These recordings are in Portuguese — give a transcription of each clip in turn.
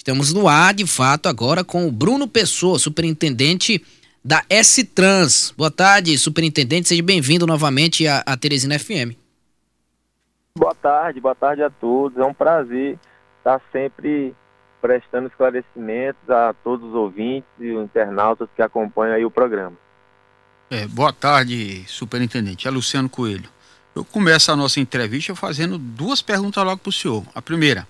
Estamos no ar, de fato, agora com o Bruno Pessoa, superintendente da S-Trans. Boa tarde, superintendente, seja bem-vindo novamente à Teresina FM. Boa tarde a todos. É um prazer estar sempre prestando esclarecimentos a todos os ouvintes e os internautas que acompanham aí o programa. Boa tarde, superintendente. É Luciano Coelho. Eu começo a nossa entrevista fazendo duas perguntas logo para o senhor. A primeira,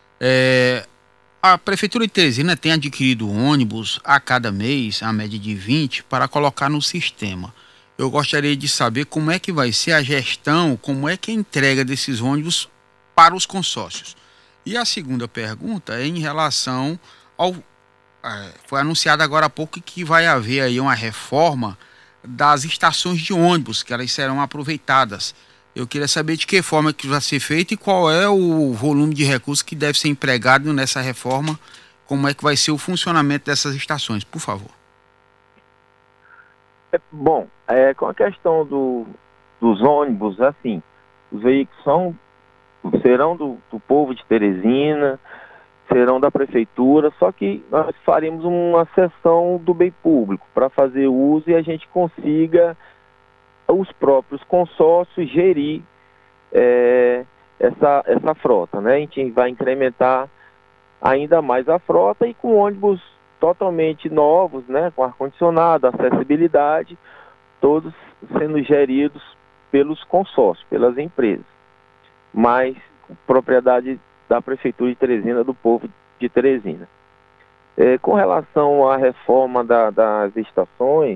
a Prefeitura de Teresina tem adquirido ônibus a cada mês, a média de 20, para colocar no sistema. Eu gostaria de saber como é que vai ser a gestão, como é que é a entrega desses ônibus para os consórcios. E a segunda pergunta é em relação ao... foi anunciado agora há pouco que vai haver aí uma reforma das estações de ônibus, que elas serão aproveitadas. Eu queria saber de que forma que vai ser feito e qual é o volume de recursos que deve ser empregado nessa reforma, como é que vai ser o funcionamento dessas estações, por favor. Bom, com a questão dos ônibus, assim, os veículos serão do povo de Teresina, serão da prefeitura, só que nós faremos uma seção do bem público para fazer uso e a gente consiga os próprios consórcios gerir essa frota, né? A gente vai incrementar ainda mais a frota e com ônibus totalmente novos, né? Com ar-condicionado, acessibilidade, todos sendo geridos pelos consórcios, pelas empresas, mas propriedade da Prefeitura de Teresina, do povo de Teresina. Com relação à reforma das estações,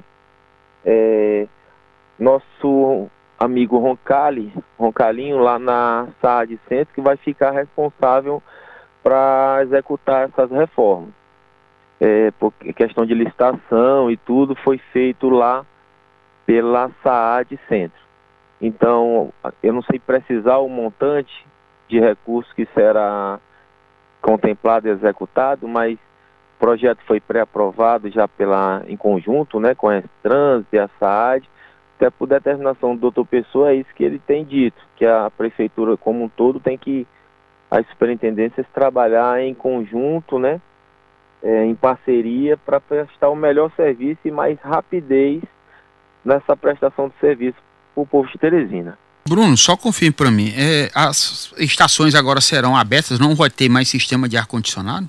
nosso amigo Roncalinho, lá na SAAD Centro, que vai ficar responsável para executar essas reformas. Porque questão de licitação e tudo foi feito lá pela SAAD Centro. Então, eu não sei precisar o montante de recursos que será contemplado e executado, mas o projeto foi pré-aprovado já em conjunto, né, com a S-Trans e a SAAD, até por determinação do doutor Pessoa, é isso que ele tem dito, que a prefeitura como um todo tem que, as superintendências, trabalhar em conjunto, né, em parceria para prestar o melhor serviço e mais rapidez nessa prestação de serviço para o povo de Teresina. Bruno, só confirme para mim, as estações agora serão abertas, não vai ter mais sistema de ar-condicionado?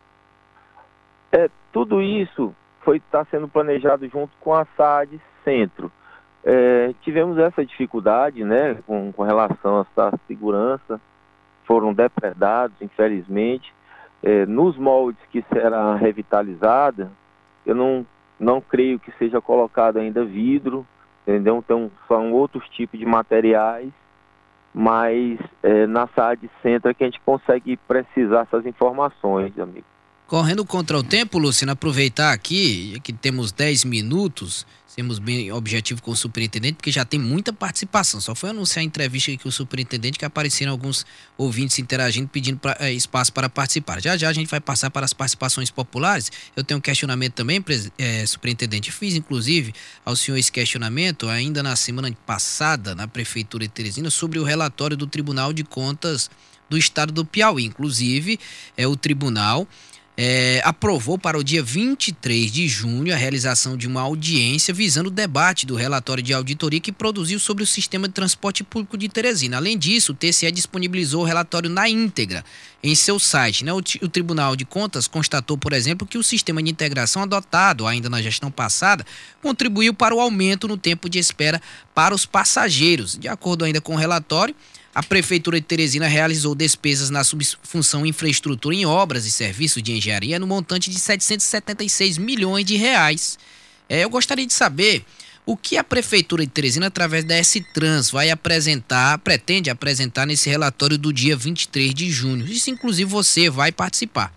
Tudo isso está sendo planejado junto com a SAAD Centro. Tivemos essa dificuldade, né, com relação a essa segurança, foram depredados, infelizmente. Nos moldes que será revitalizada, eu não creio que seja colocado ainda vidro, entendeu? Então são outros tipos de materiais, mas na SAAD Centro é que a gente consegue precisar essas informações, amigo. Correndo contra o tempo, Luciano, aproveitar aqui, que temos 10 minutos, sermos bem objetivos com o superintendente, porque já tem muita participação. Só foi anunciar a entrevista aqui com o superintendente que apareceram alguns ouvintes interagindo, pedindo espaço para participar. Já a gente vai passar para as participações populares. Eu tenho um questionamento também, superintendente. Fiz, inclusive, ao senhor esse questionamento ainda na semana passada, na Prefeitura de Teresina, sobre o relatório do Tribunal de Contas do Estado do Piauí. Inclusive, o tribunal aprovou para o dia 23 de junho a realização de uma audiência visando o debate do relatório de auditoria que produziu sobre o sistema de transporte público de Teresina. Além disso, o TCE disponibilizou o relatório na íntegra em seu site, né? O Tribunal de Contas constatou, por exemplo, que o sistema de integração adotado ainda na gestão passada contribuiu para o aumento no tempo de espera para os passageiros. De acordo ainda com o relatório, a Prefeitura de Teresina realizou despesas na subfunção infraestrutura em obras e serviços de engenharia no montante de 776 milhões de reais. Eu gostaria de saber o que a Prefeitura de Teresina, através da S-Trans, pretende apresentar nesse relatório do dia 23 de junho. Isso, inclusive, você vai participar.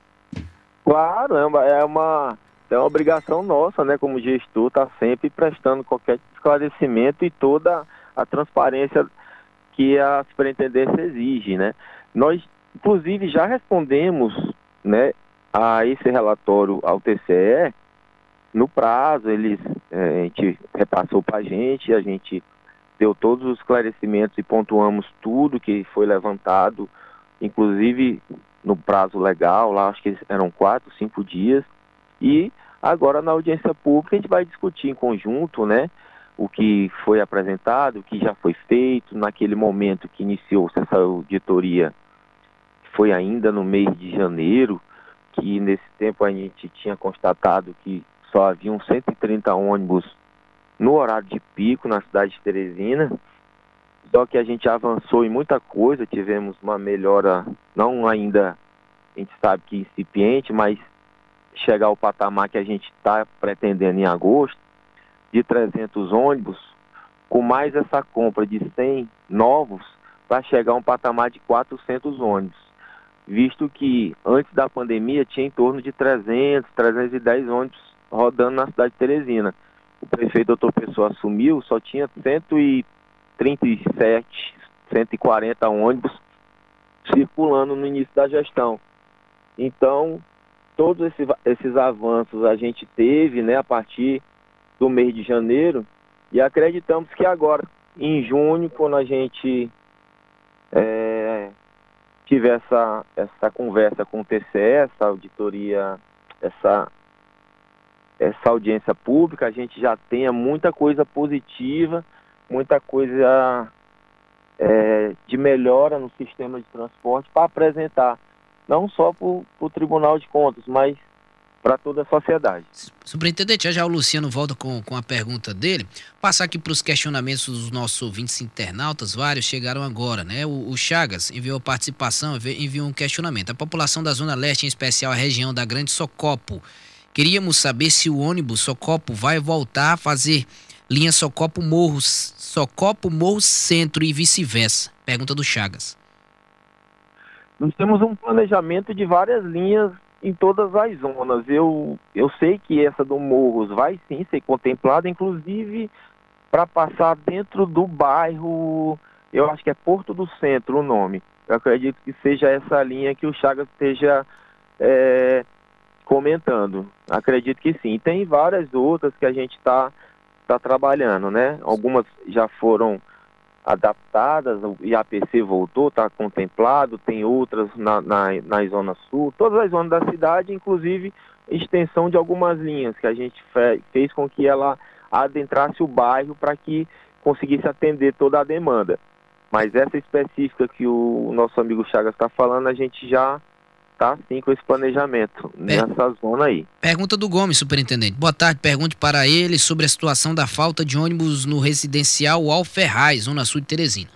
Claro, é uma obrigação nossa, né, como gestor, estar sempre prestando qualquer esclarecimento e toda a transparência que a superintendência exige, né? Nós, inclusive, já respondemos, né, a esse relatório ao TCE no prazo. A gente repassou para a gente deu todos os esclarecimentos e pontuamos tudo que foi levantado, inclusive no prazo legal, lá acho que eram 4, 5 dias, e agora na audiência pública a gente vai discutir em conjunto, né, o que foi apresentado, o que já foi feito, naquele momento que iniciou-se essa auditoria, foi ainda no mês de janeiro, que nesse tempo a gente tinha constatado que só haviam 130 ônibus no horário de pico na cidade de Teresina, só que a gente avançou em muita coisa, tivemos uma melhora, não ainda, a gente sabe que incipiente, mas chegar ao patamar que a gente está pretendendo em agosto, de 300 ônibus, com mais essa compra de 100 novos, para chegar a um patamar de 400 ônibus, visto que antes da pandemia tinha em torno de 300, 310 ônibus rodando na cidade de Teresina. O prefeito Dr. Pessoa assumiu, só tinha 137, 140 ônibus circulando no início da gestão. Então, todos esses avanços a gente teve, né, a partir do mês de janeiro, e acreditamos que agora, em junho, quando a gente tiver essa conversa com o TCE, essa auditoria, essa audiência pública, a gente já tenha muita coisa positiva, muita coisa de melhora no sistema de transporte para apresentar, não só para o Tribunal de Contas, mas para toda a sociedade. Superintendente, já o Luciano volta com a pergunta dele. Passar aqui para os questionamentos dos nossos ouvintes internautas, vários chegaram agora, né? O Chagas enviou participação, enviou um questionamento. A população da Zona Leste, em especial a região da Grande Socopo, queríamos saber se o ônibus Socopo vai voltar a fazer linha Socopo-Morros Centro e vice-versa. Pergunta do Chagas. Nós temos um planejamento de várias linhas em todas as zonas. Eu sei que essa do Morros vai sim ser contemplada, inclusive para passar dentro do bairro, eu acho que é Porto do Centro o nome. Eu acredito que seja essa linha que o Chagas esteja comentando. Acredito que sim. Tem várias outras que a gente está trabalhando, né? Algumas já foram adaptadas, o IAPC voltou, está contemplado, tem outras na Zona Sul, todas as zonas da cidade, inclusive extensão de algumas linhas que a gente fez com que ela adentrasse o bairro para que conseguisse atender toda a demanda. Mas essa específica que o nosso amigo Chagas está falando, a gente já está sim com esse planejamento nessa zona aí. Pergunta do Gomes, superintendente. Boa tarde, pergunte para ele sobre a situação da falta de ônibus no residencial Alferraz, Zona Sul de Teresina.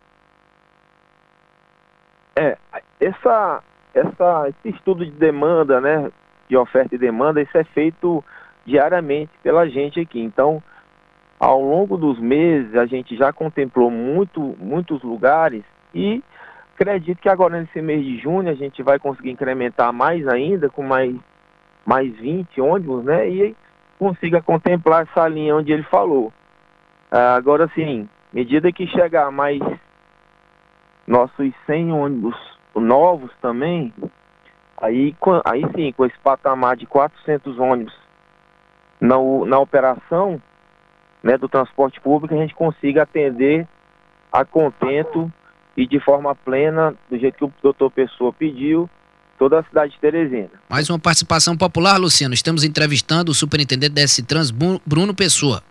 Esse estudo de demanda, né, de oferta e demanda, isso é feito diariamente pela gente aqui. Então, ao longo dos meses, a gente já contemplou muitos lugares e acredito que agora nesse mês de junho a gente vai conseguir incrementar mais ainda, com mais 20 ônibus, né? E consiga contemplar essa linha onde ele falou. Agora sim, medida que chegar mais nossos 100 ônibus novos também, aí sim, com esse patamar de 400 ônibus na operação, né, do transporte público, a gente consiga atender a contento e de forma plena, do jeito que o doutor Pessoa pediu, toda a cidade de Teresina. Mais uma participação popular, Luciano. Estamos entrevistando o superintendente da S-Trans, Bruno Pessoa.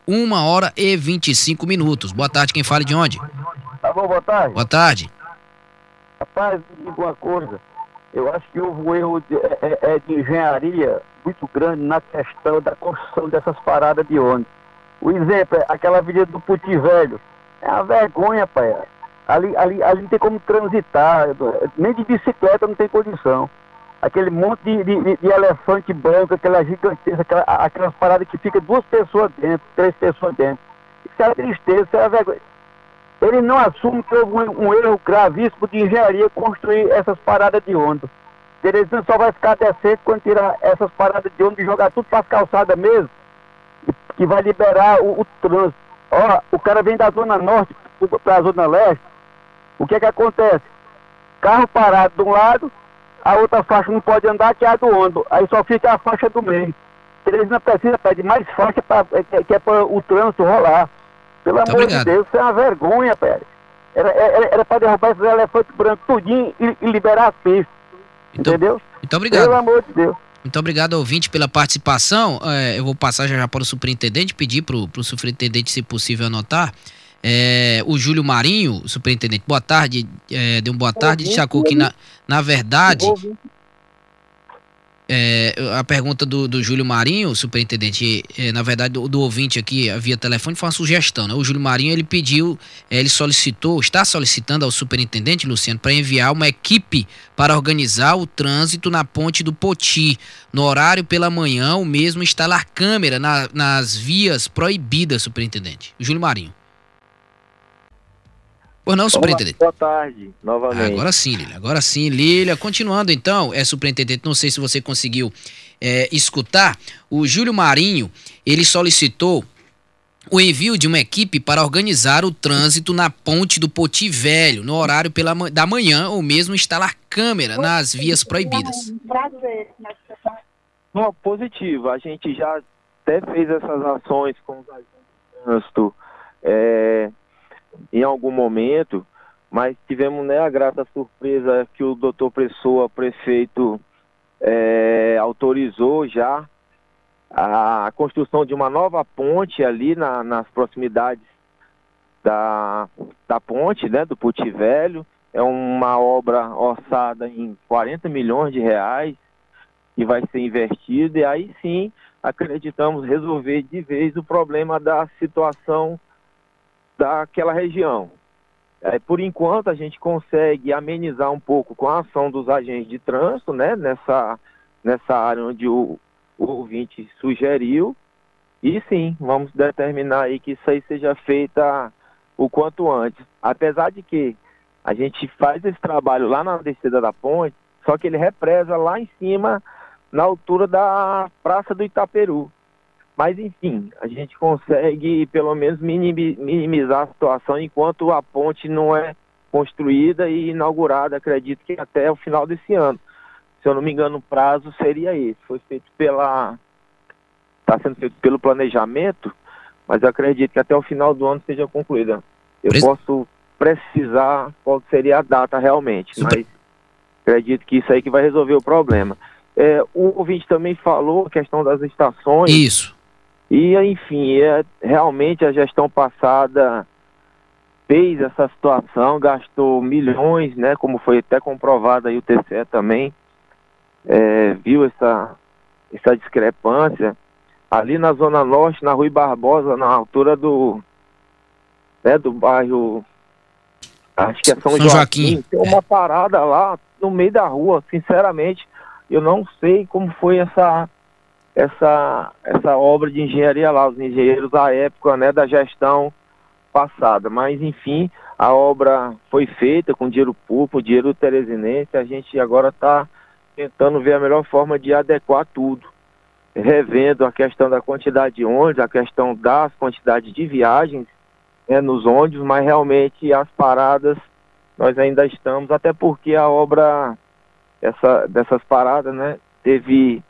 1h25. Boa tarde, quem fala de onde? Tá bom, boa tarde. Boa tarde. Rapaz, me diga uma coisa. Eu acho que houve um erro de engenharia muito grande na questão da construção dessas paradas de ônibus. O exemplo é aquela avenida do Puti Velho. É uma vergonha, pai. Ali não tem como transitar, nem de bicicleta não tem condição. Aquele monte de elefante branco, aquela gigantesca, aquelas paradas que fica 2 pessoas dentro, 3 pessoas dentro. Isso é tristeza, isso é vergonha. Ele não assume que houve um erro gravíssimo de engenharia construir essas paradas de ônibus. Teresina só vai ficar decente quando tirar essas paradas de ônibus e jogar tudo para as calçadas mesmo, que vai liberar o trânsito. Ó, o cara vem da Zona Norte para a Zona Leste. O que acontece? Carro parado de um lado, a outra faixa não pode andar, que é a do ônibus. Aí só fica a faixa do meio. Teresina precisa de mais faixa que é para o trânsito rolar. Pelo amor de Deus, isso é uma vergonha, Pérez. Era para derrubar esses elefantes brancos tudinho e liberar as pistas. Entendeu? Muito obrigado. Pelo amor de Deus. Muito obrigado, ouvinte, pela participação. Eu vou passar já para o superintendente, pedir para o superintendente, se possível, anotar. O Júlio Marinho, superintendente, boa tarde, deu uma boa tarde, destacou que, na verdade, a pergunta do Júlio Marinho, superintendente, na verdade, do ouvinte aqui via telefone, foi uma sugestão, né? O Júlio Marinho, ele pediu, ele está solicitando ao superintendente, Luciano, para enviar uma equipe para organizar o trânsito na ponte do Poti, no horário pela manhã, ou mesmo instalar câmera nas vias proibidas, superintendente. Júlio Marinho. Pois não, superintendente? Olá, boa tarde, novamente. Agora sim, Lília. Continuando então, superintendente, não sei se você conseguiu escutar, o Júlio Marinho, ele solicitou o envio de uma equipe para organizar o trânsito na ponte do Poti Velho, no horário da manhã, ou mesmo instalar câmera nas vias proibidas. Não, positivo, a gente já até fez essas ações com os agentes de trânsito, em algum momento, mas tivemos, né, a grata surpresa que o doutor Pessoa, prefeito, autorizou já a construção de uma nova ponte ali nas proximidades da ponte, né, do Poti Velho. É uma obra orçada em 40 milhões de reais que vai ser investida, e aí sim acreditamos resolver de vez o problema da situação daquela região. Por enquanto a gente consegue amenizar um pouco com a ação dos agentes de trânsito, né, nessa área onde o ouvinte sugeriu, e sim, vamos determinar aí que isso aí seja feita o quanto antes. Apesar de que a gente faz esse trabalho lá na descida da ponte, só que ele represa lá em cima, na altura da Praça do Itaperu. Mas, enfim, a gente consegue, pelo menos, minimizar a situação enquanto a ponte não é construída e inaugurada, acredito que até o final desse ano. Se eu não me engano, o prazo seria esse. Está sendo feito pelo planejamento, mas eu acredito que até o final do ano seja concluída. Eu posso precisar qual seria a data realmente, mas acredito que isso aí que vai resolver o problema. O ouvinte também falou a questão das estações. Isso. E, enfim, realmente a gestão passada fez essa situação, gastou milhões, né, como foi até comprovado aí, o TCE também viu essa discrepância. Ali na Zona Norte, na Rui Barbosa, na altura do bairro, acho que é São Joaquim, tem uma parada lá no meio da rua. Sinceramente, eu não sei como foi essa obra de engenharia lá, os engenheiros à época, né, da gestão passada, mas enfim, a obra foi feita com dinheiro público, dinheiro teresinense. A gente agora está tentando ver a melhor forma de adequar tudo, revendo a questão da quantidade de ônibus, a questão das quantidades de viagens, né, nos ônibus, mas realmente as paradas nós ainda estamos, até porque a obra dessas paradas, né, teve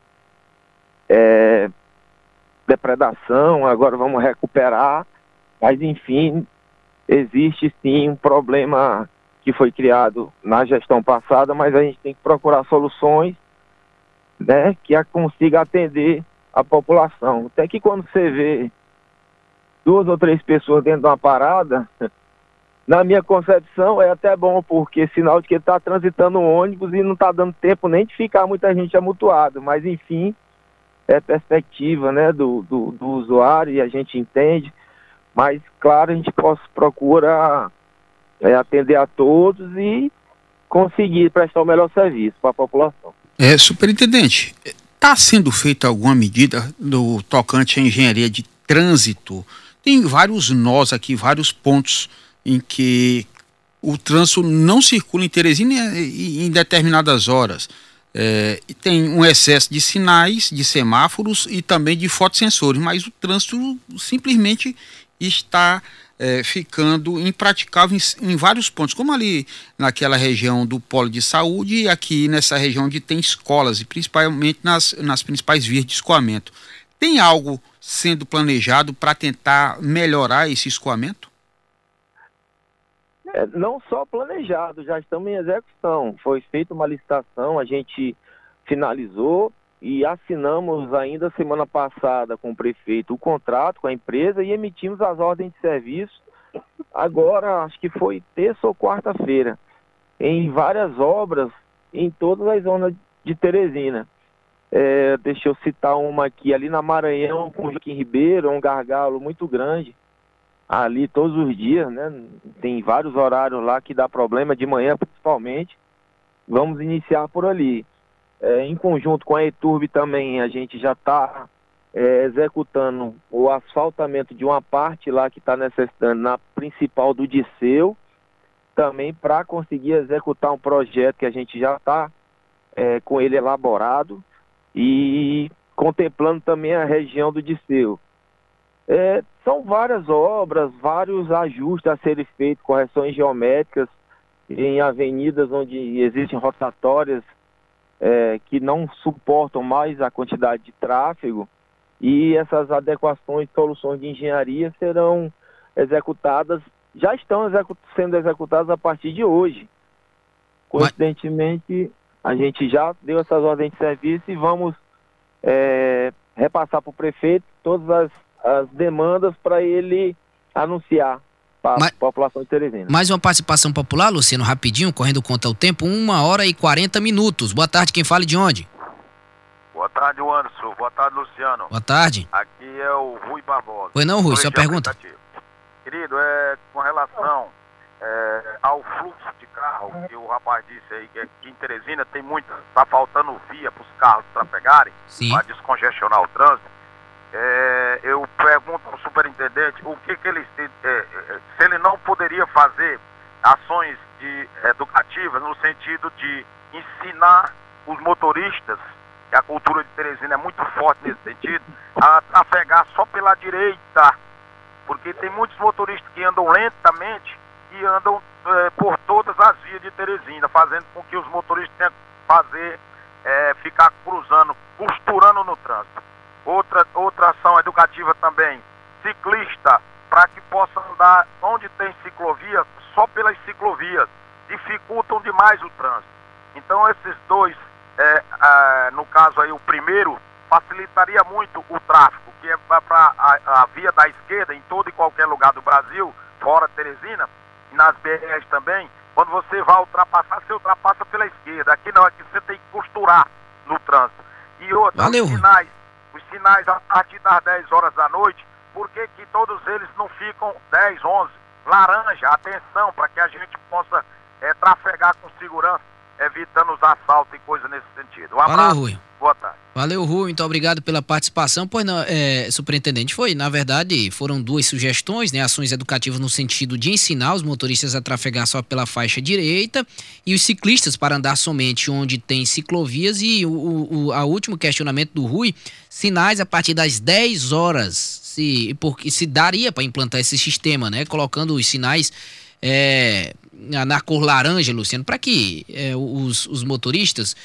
depredação, agora vamos recuperar, mas enfim, existe sim um problema que foi criado na gestão passada, mas a gente tem que procurar soluções, né, que consiga atender a população. Até que quando você vê 2 ou 3 pessoas dentro de uma parada, na minha concepção é até bom, porque sinal de que está transitando um ônibus e não está dando tempo nem de ficar muita gente amontoada, mas enfim, é perspectiva, né, do usuário, e a gente entende, mas claro, a gente procura atender a todos e conseguir prestar o melhor serviço para a população. Superintendente, está sendo feita alguma medida do tocante à engenharia de trânsito? Tem vários nós aqui, vários pontos em que o trânsito não circula em Teresina em determinadas horas. Tem um excesso de sinais, de semáforos e também de fotossensores, mas o trânsito simplesmente está ficando impraticável em vários pontos, como ali naquela região do polo de saúde e aqui nessa região onde tem escolas, e principalmente nas principais vias de escoamento. Tem algo sendo planejado para tentar melhorar esse escoamento? Não só planejado, já estamos em execução. Foi feita uma licitação, a gente finalizou e assinamos ainda semana passada com o prefeito o contrato com a empresa e emitimos as ordens de serviço agora, acho que foi terça ou quarta-feira, em várias obras em todas as zonas de Teresina. Deixa eu citar uma aqui, ali na Maranhão, com o Joaquim Ribeiro, um gargalo muito grande, ali todos os dias, né? Tem vários horários lá que dá problema, de manhã principalmente. Vamos iniciar por ali. Em conjunto com a ETURB também, a gente já está executando o asfaltamento de uma parte lá que está necessitando na principal do Disseu, também para conseguir executar um projeto que a gente já está com ele elaborado e contemplando também a região do Disseu. São várias obras, vários ajustes a serem feitos, correções geométricas em avenidas onde existem rotatórias que não suportam mais a quantidade de tráfego, e essas adequações, soluções de engenharia serão executadas, já estão sendo executadas a partir de hoje. Coincidentemente, a gente já deu essas ordens de serviço e vamos repassar para o prefeito todas as demandas para ele anunciar para a população de Teresina. Mais uma participação popular, Luciano, rapidinho, correndo contra o tempo, 1h40. Boa tarde, quem fala e de onde? Boa tarde, Anderson. Boa tarde, Luciano. Boa tarde. Aqui é o Rui Barbosa. Pois não, Rui, sua pergunta. Aplicativo. Querido, com relação ao fluxo de carro, que o rapaz disse aí, que aqui em Teresina tem tá faltando via para os carros trafegarem, para descongestionar o trânsito. Eu pergunto ao superintendente o que ele se ele não poderia fazer ações educativas no sentido de ensinar os motoristas, que a cultura de Teresina é muito forte nesse sentido, a trafegar só pela direita, porque tem muitos motoristas que andam lentamente e andam por todas as vias de Teresina, fazendo com que os motoristas tenham que ficar costurando no trânsito. Outra ação educativa também, ciclista, para que possa andar onde tem ciclovia, só pelas ciclovias, dificultam demais o trânsito. Então esses dois, no caso aí o primeiro, facilitaria muito o tráfego, que é para a via da esquerda em todo e qualquer lugar do Brasil, fora Teresina, e nas BRs também. Quando você vai ultrapassar, você ultrapassa pela esquerda. Aqui não, aqui você tem que costurar no trânsito. E outra, os sinais a partir das 10 horas da noite, por que todos eles não ficam 10, 11? Laranja, atenção, para que a gente possa trafegar com segurança, evitando os assaltos e coisas nesse sentido. Um abraço. Valeu, Rui. Boa tarde. Valeu, Rui, muito obrigado pela participação. Pois não, superintendente, na verdade, foram duas sugestões, né? Ações educativas no sentido de ensinar os motoristas a trafegar só pela faixa direita e os ciclistas para andar somente onde tem ciclovias, e o último questionamento do Rui, sinais a partir das 10 horas, porque se daria para implantar esse sistema, né? Colocando os sinais na cor laranja, Luciano, para que os motoristas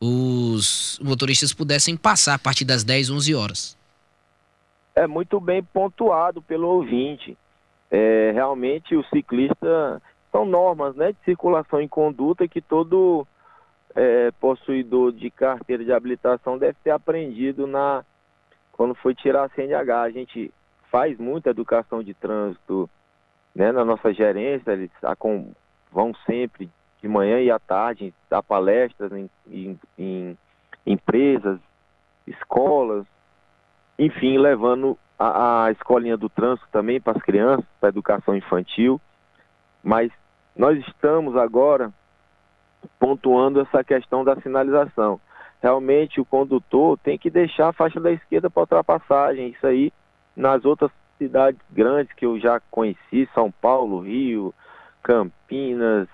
pudessem passar a partir das 10, 11 horas. É muito bem pontuado pelo ouvinte. Realmente o ciclista, são normas, né, de circulação em conduta que todo possuidor de carteira de habilitação deve ter aprendido quando foi tirar a CNH. A gente faz muita educação de trânsito, né, na nossa gerência, eles vão sempre de manhã e à tarde dar palestras em empresas, escolas, enfim, levando a escolinha do trânsito também para as crianças, para a educação infantil. Mas nós estamos agora pontuando essa questão da sinalização. Realmente o condutor tem que deixar a faixa da esquerda para ultrapassagem. Isso aí, nas outras cidades grandes que eu já conheci, São Paulo, Rio, Campinas,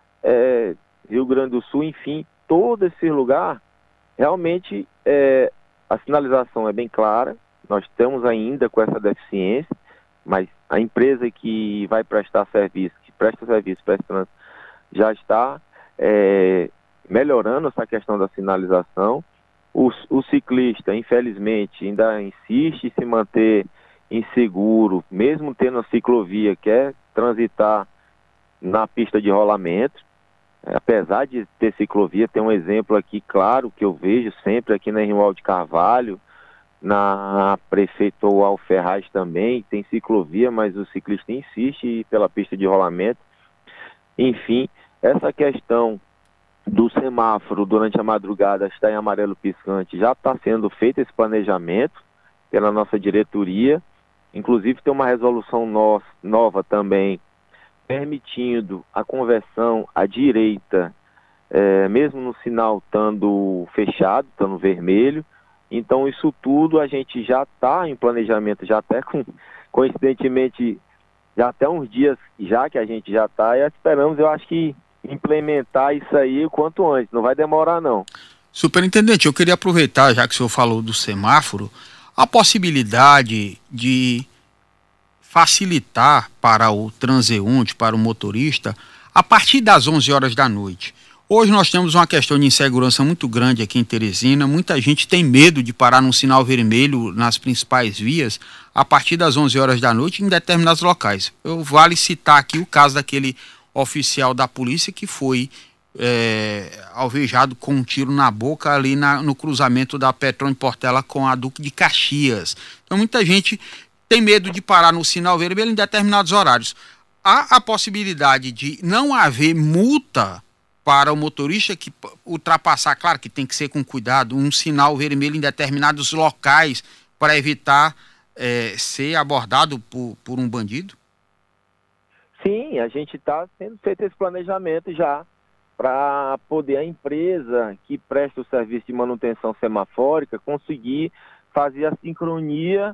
Rio Grande do Sul, enfim, todo esse lugar, realmente a sinalização é bem clara. Nós estamos ainda com essa deficiência, mas a empresa que vai prestar serviço, que presta serviço para esse trânsito, já está melhorando essa questão da sinalização. O ciclista, infelizmente, ainda insiste em se manter inseguro, mesmo tendo a ciclovia, quer transitar na pista de rolamento. Apesar de ter ciclovia, tem um exemplo aqui claro que eu vejo sempre aqui na Romualdo de Carvalho, na Prefeitura Alferraz também, tem ciclovia, mas o ciclista insiste em ir pela pista de rolamento. Enfim, essa questão do semáforo durante a madrugada estar em amarelo piscante, já está sendo feito esse planejamento pela nossa diretoria. Inclusive tem uma resolução nova também, permitindo a conversão à direita, mesmo no sinal estando fechado, estando vermelho. Então isso tudo a gente já está em planejamento, já até coincidentemente, já até uns dias já que a gente já está, e esperamos, eu acho que implementar isso aí o quanto antes, não vai demorar não. Superintendente, eu queria aproveitar, já que o senhor falou do semáforo, a possibilidade de facilitar para o transeunte, para o motorista, a partir das 11 horas da noite. Hoje nós temos uma questão de insegurança muito grande aqui em Teresina, muita gente tem medo de parar num sinal vermelho nas principais vias a partir das 11 horas da noite em determinados locais. Vale citar aqui o caso daquele oficial da polícia que foi alvejado com um tiro na boca ali no cruzamento da Petrone Portela com a Duque de Caxias. Então muita gente tem medo de parar no sinal vermelho em determinados horários. Há a possibilidade de não haver multa para o motorista que ultrapassar, claro que tem que ser com cuidado, um sinal vermelho em determinados locais para evitar ser abordado por um bandido? Sim, a gente está sendo feito esse planejamento já para poder a empresa que presta o serviço de manutenção semafórica conseguir fazer a sincronia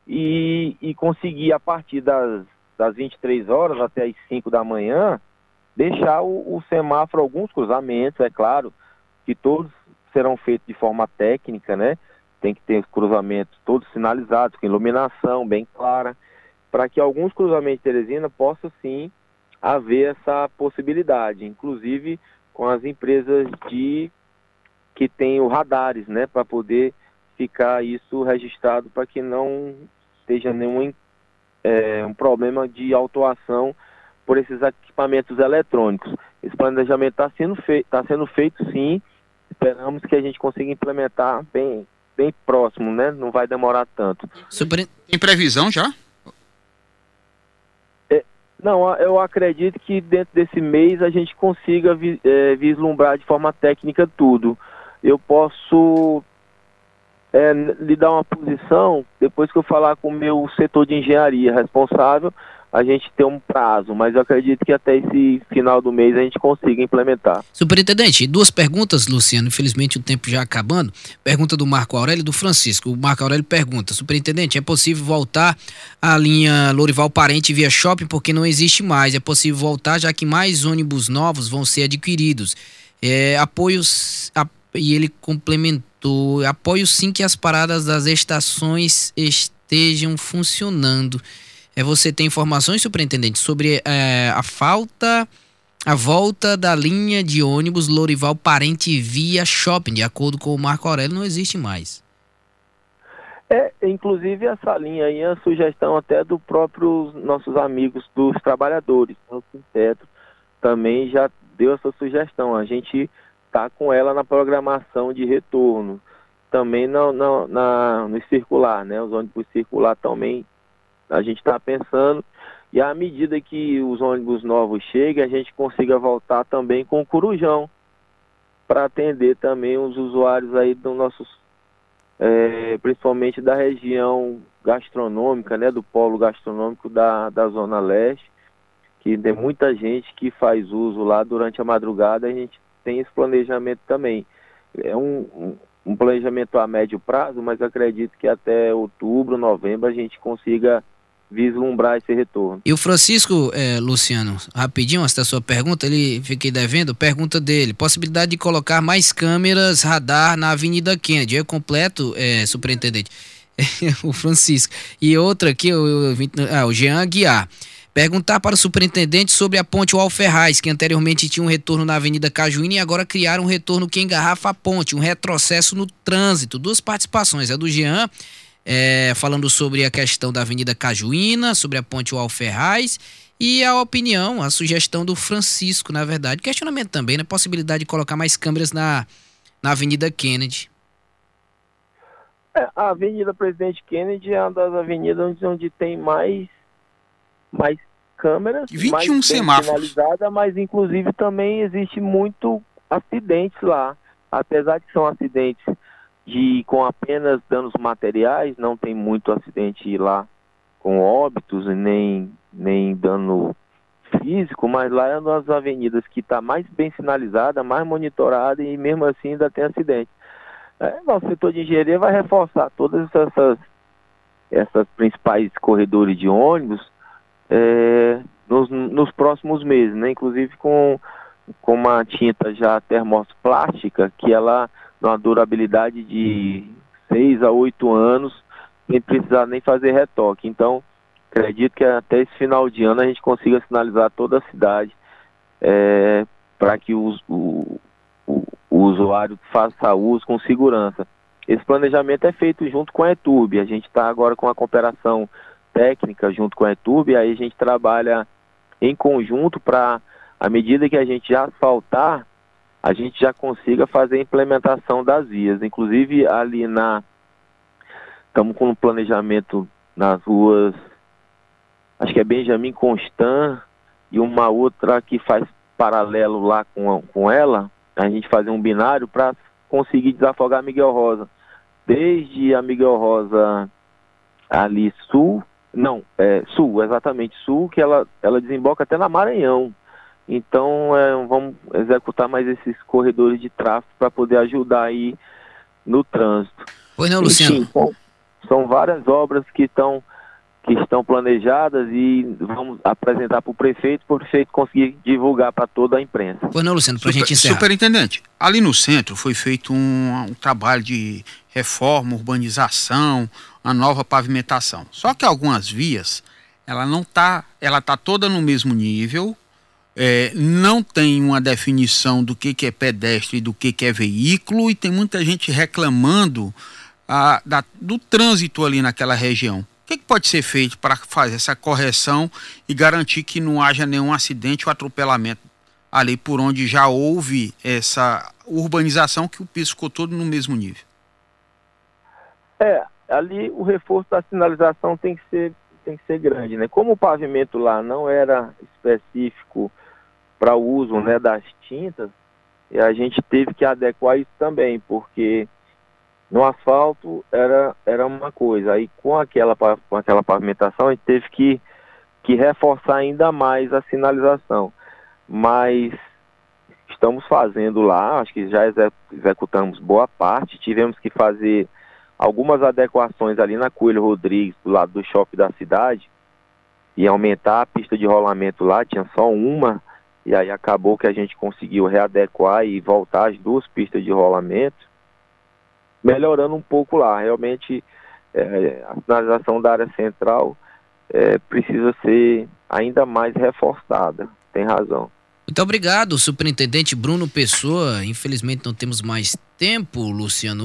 e conseguir a partir das 23 horas até as 5 da manhã deixar o semáforo, alguns cruzamentos, é claro, que todos serão feitos de forma técnica, né? Tem que ter os cruzamentos todos sinalizados, com iluminação bem clara, para que alguns cruzamentos de Teresina possam sim haver essa possibilidade, inclusive com as empresas que têm os radares, né? Para poder ficar isso registrado para que não esteja nenhum um problema de autuação por esses equipamentos eletrônicos. Esse planejamento está sendo feito sim, esperamos que a gente consiga implementar bem próximo, né? Não vai demorar tanto. Tem previsão já? Não, eu acredito que dentro desse mês a gente consiga vislumbrar de forma técnica tudo. Eu posso lhe dar uma posição, depois que eu falar com o meu setor de engenharia responsável, a gente tem um prazo, mas eu acredito que até esse final do mês a gente consiga implementar. Superintendente, duas perguntas, Luciano, infelizmente o tempo já acabando. Pergunta do Marco Aurélio e do Francisco. O Marco Aurélio pergunta: superintendente, é possível voltar à linha Lorival Parente via shopping porque não existe mais? É possível voltar já que mais ônibus novos vão ser adquiridos? E ele complementou: apoio sim que as paradas das estações estejam funcionando. Você tem informações, superintendente, sobre a volta da linha de ônibus Lorival Parente via shopping? De acordo com o Marco Aurélio, não existe mais. Inclusive essa linha aí é a sugestão até do próprio nossos amigos dos trabalhadores. O Sinteto também já deu essa sugestão. A gente está com ela na programação de retorno. Também no circular, né? Os ônibus circular também a gente está pensando, e à medida que os ônibus novos cheguem, a gente consiga voltar também com o Corujão, para atender também os usuários aí dos nossos, principalmente da região gastronômica, né, do polo gastronômico da Zona Leste, que tem muita gente que faz uso lá durante a madrugada. A gente tem esse planejamento também. É um planejamento a médio prazo, mas acredito que até outubro, novembro, a gente consiga vislumbrar esse retorno. E o Francisco, Luciano, rapidinho, antes da sua pergunta, fiquei devendo, pergunta dele: possibilidade de colocar mais câmeras radar na Avenida Kennedy. Eu completo, superintendente, o Francisco. E outra aqui, o Jean Aguiar. Perguntar para o superintendente sobre a ponte Alferraz, que anteriormente tinha um retorno na Avenida Cajuína e agora criaram um retorno que engarrafa a ponte, um retrocesso no trânsito. Duas participações, a do Jean, falando sobre a questão da Avenida Cajuína, sobre a ponte Alferraz, E a opinião, a sugestão do Francisco, na verdade, questionamento também, né? Possibilidade de colocar mais câmeras na Avenida Kennedy. A Avenida Presidente Kennedy é uma das avenidas onde tem mais câmeras, 21 mais semáforos. sinalizada, mas inclusive também existe muito acidentes lá. Apesar de que são acidentes com apenas danos materiais, não tem muito acidente lá com óbitos e nem dano físico, mas lá é uma das avenidas que está mais bem sinalizada, mais monitorada e mesmo assim ainda tem acidente. Nosso setor de engenharia vai reforçar todas essas principais corredores de ônibus nos próximos meses, né? Inclusive com uma tinta já termoplástica que ela tem uma durabilidade de 6 a 8 anos, sem precisar nem fazer retoque. Então, acredito que até esse final de ano a gente consiga sinalizar toda a cidade para que o usuário faça uso com segurança. Esse planejamento é feito junto com a ETURB. A gente está agora com a cooperação técnica junto com a ETURB, e aí a gente trabalha em conjunto para, à medida que a gente já asfaltar, a gente já consiga fazer a implementação das vias. Inclusive ali estamos com um planejamento nas ruas, acho que é Benjamin Constant e uma outra que faz paralelo lá com ela, a gente fazer um binário para conseguir desafogar a Miguel Rosa. Desde a Miguel Rosa ali sul, exatamente sul, que ela desemboca até na Maranhão. Então vamos executar mais esses corredores de tráfego para poder ajudar aí no trânsito. Pois não, Luciano? Enfim, são várias obras que estão planejadas e vamos apresentar para o prefeito conseguir divulgar para toda a imprensa. Pois não, Luciano, para a gente encerrar. Superintendente, ali no centro foi feito um trabalho de reforma, urbanização, uma nova pavimentação. Só que algumas vias, ela tá toda no mesmo nível, não tem uma definição do que é pedestre e do que é veículo, e tem muita gente reclamando do trânsito ali naquela região. O que pode ser feito para fazer essa correção e garantir que não haja nenhum acidente ou atropelamento ali por onde já houve essa urbanização, que o piso ficou todo no mesmo nível? Ali o reforço da sinalização tem que ser grande, né? Como o pavimento lá não era específico para o uso, né, das tintas, e a gente teve que adequar isso também, porque no asfalto era uma coisa, aí com aquela pavimentação a gente teve que reforçar ainda mais a sinalização. Mas estamos fazendo lá, acho que já executamos boa parte, tivemos que fazer algumas adequações ali na Coelho Rodrigues, do lado do shopping da cidade, e aumentar a pista de rolamento lá, tinha só uma, e aí acabou que a gente conseguiu readequar e voltar as 2 pistas de rolamento, melhorando um pouco lá. Realmente a sinalização da área central precisa ser ainda mais reforçada, tem razão. Muito obrigado, superintendente Bruno Pessoa. Infelizmente não temos mais tempo, Luciano,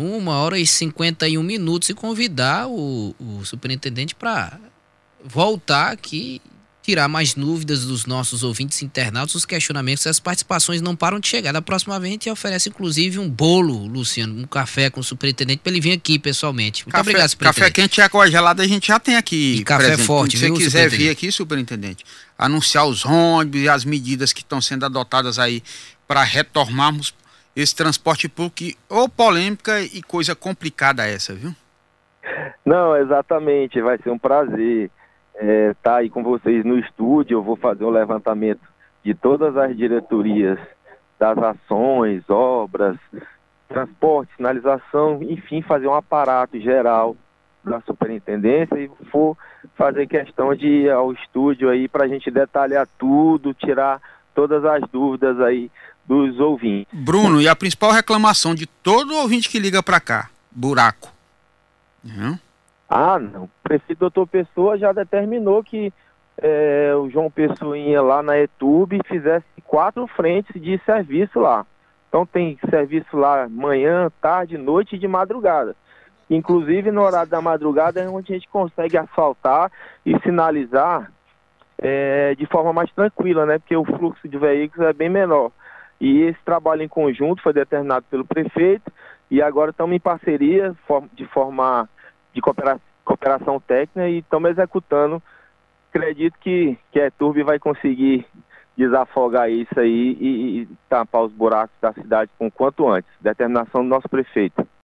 1h51, e convidar o superintendente para voltar aqui, tirar mais dúvidas dos nossos ouvintes internautas, os questionamentos, as participações não param de chegar. Da próxima vez a gente oferece inclusive um bolo, Luciano, um café com o superintendente para ele vir aqui pessoalmente. Muito obrigado, superintendente. Café quente e água gelada a gente já tem aqui. E café presente. Forte, se você quiser vir aqui, superintendente, anunciar os ônibus e as medidas que estão sendo adotadas aí para retomarmos esse transporte público, ou polêmica e coisa complicada essa, viu? Não, exatamente, vai ser um prazer tá aí com vocês no estúdio. Eu vou fazer um levantamento de todas as diretorias das ações, obras, transporte, sinalização, enfim, fazer um aparato geral da superintendência e for fazer questão de ir ao estúdio aí para a gente detalhar tudo, tirar todas as dúvidas aí dos ouvintes. Bruno, e a principal reclamação de todo ouvinte que liga para cá, buraco. Não? Não. O prefeito doutor Pessoa já determinou que o João Pessoinha lá na ETURB fizesse 4 frentes de serviço lá. Então tem serviço lá manhã, tarde, noite e de madrugada. Inclusive no horário da madrugada é onde a gente consegue asfaltar e sinalizar de forma mais tranquila, né? Porque o fluxo de veículos é bem menor. E esse trabalho em conjunto foi determinado pelo prefeito e agora estamos em parceria de forma de cooperação técnica e estamos executando. Acredito que a ETURB vai conseguir desafogar isso aí e tampar os buracos da cidade com quanto antes. Determinação do nosso prefeito.